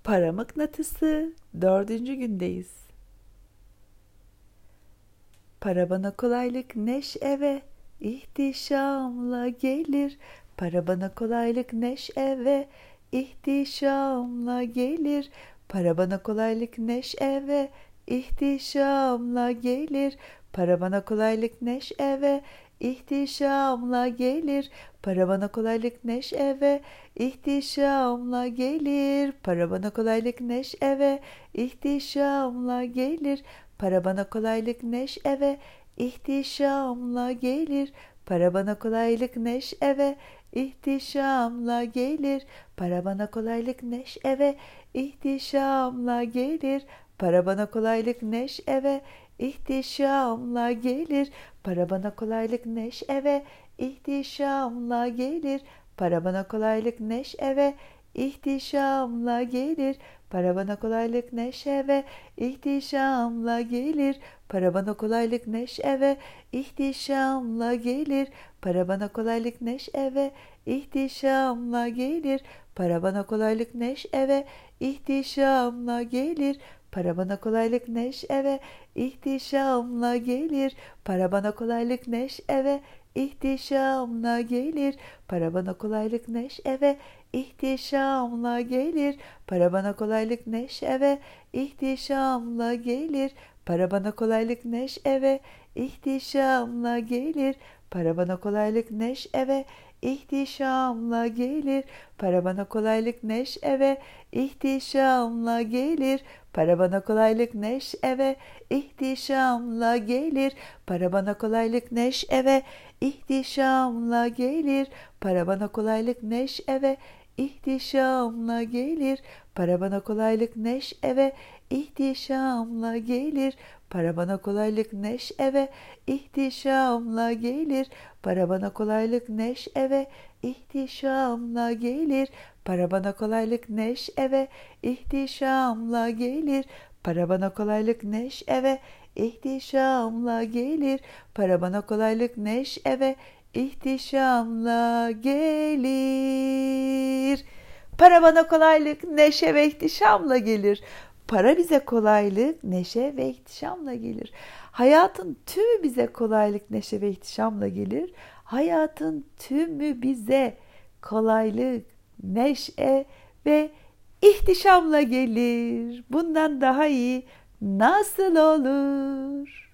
Para mıknatısı 4. gündeyiz. Para bana kolaylık, neşe ve ihtişamla gelir. Para bana kolaylık, neşe ve ihtişamla gelir. Para bana kolaylık, neşe ve ihtişamla gelir. Para bana kolaylık, neşe ve ihtişamla gelir. Para bana kolaylık, neşe ve ihtişamla gelir. Para bana kolaylık, neşe ve ihtişamla gelir. Para bana kolaylık, neşe ve ihtişamla gelir. Para bana kolaylık, neşe ve ihtişamla gelir. Para bana kolaylık, neşe ve ihtişamla gelir. Para bana kolaylık, neşe ve ihtişamla gelir. Para bana kolaylık, neşe ve ihtişamla gelir. Para bana kolaylık, neşe ve ihtişamla gelir. Para bana kolaylık, neşe ve ihtişamla gelir. Para bana kolaylık, neşe ve ihtişamla gelir. Para bana kolaylık, neşe ve ihtişamla gelir. Para bana kolaylık, neşe ve ihtişamla gelir. Para bana kolaylık, neşe ve ihtişamla gelir. Para bana kolaylık, neşe ve ihtişamla gelir. Para bana kolaylık, neşe ve ihtişamla gelir. Para bana kolaylık, neşe ve ihtişamla gelir. Para bana kolaylık, neşe ve ihtişamla gelir. Para bana kolaylık, neşe ve ihtişamla gelir. Para bana kolaylık, neşe ve ihtişamla gelir. Para bana kolaylık, neşe ve ihtişamla gelir. Para bana kolaylık, neşe ve ihtişamla gelir. Para bana kolaylık, neşe ve ihtişamla gelir. Para bana kolaylık, neşe ve ihtişamla gelir. Para bana kolaylık, neşe ve ihtişamla gelir. Para bana kolaylık, neşe ve ihtişamla gelir. Para bana kolaylık, neşe ve ihtişamla gelir. Para bana kolaylık, neşe ve ihtişamla gelir. Para bana kolaylık, neşe ve ihtişamla gelir. Para bana kolaylık, neşe ve ihtişamla gelir. Para bize kolaylık, neşe ve ihtişamla gelir. Hayatın tümü bize kolaylık, neşe ve ihtişamla gelir. Hayatın tümü bize kolaylık, neşe ve ihtişamla gelir. Bundan daha iyi nasıl olur?